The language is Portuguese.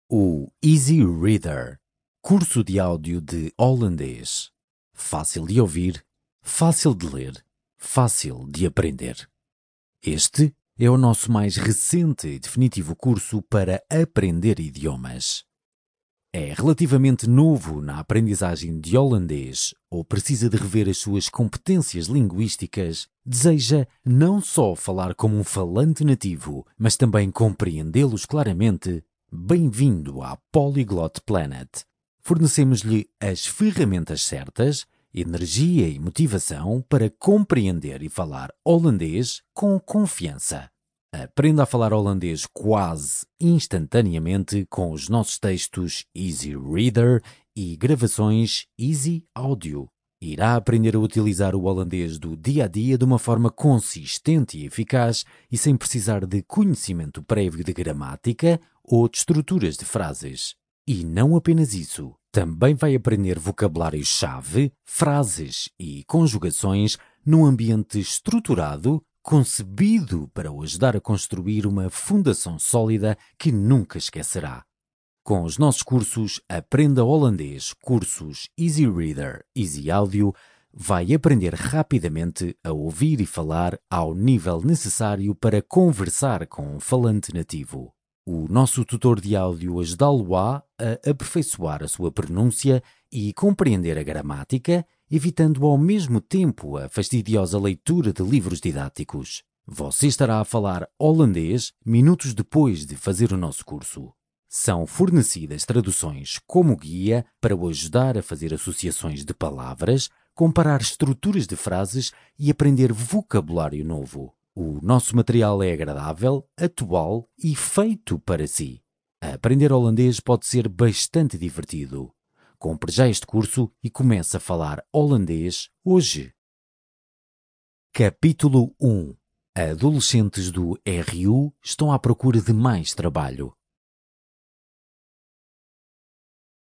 O Easy Reader, curso de áudio de holandês. Fácil de ouvir, fácil de ler, fácil de aprender. Este é o nosso mais recente e definitivo curso para aprender idiomas. É relativamente novo na aprendizagem de holandês ou precisa de rever as suas competências linguísticas, deseja não só falar como um falante nativo, mas também compreendê-los claramente. Bem-vindo à Polyglot Planet. Fornecemos-lhe as ferramentas certas, energia e motivação para compreender e falar holandês com confiança. Aprenda a falar holandês quase instantaneamente com os nossos textos Easy Reader e gravações Easy Audio. Irá aprender a utilizar o holandês do dia a dia de uma forma consistente e eficaz e sem precisar de conhecimento prévio de gramática ou de estruturas de frases. E não apenas isso, também vai aprender vocabulário-chave, frases e conjugações num ambiente estruturado, concebido para o ajudar a construir uma fundação sólida que nunca esquecerá. Com os nossos cursos Aprenda Holandês, cursos Easy Reader, Easy Audio, vai aprender rapidamente a ouvir e falar ao nível necessário para conversar com um falante nativo. O nosso tutor de áudio ajudá-lo-á a aperfeiçoar a sua pronúncia e compreender a gramática, evitando ao mesmo tempo a fastidiosa leitura de livros didáticos. Você estará a falar holandês minutos depois de fazer o nosso curso. São fornecidas traduções como guia para o ajudar a fazer associações de palavras, comparar estruturas de frases e aprender vocabulário novo. O nosso material é agradável, atual e feito para si. Aprender holandês pode ser bastante divertido. Compre já este curso e comece a falar holandês hoje. Capítulo 1. Adolescentes do RU estão à procura de mais trabalho.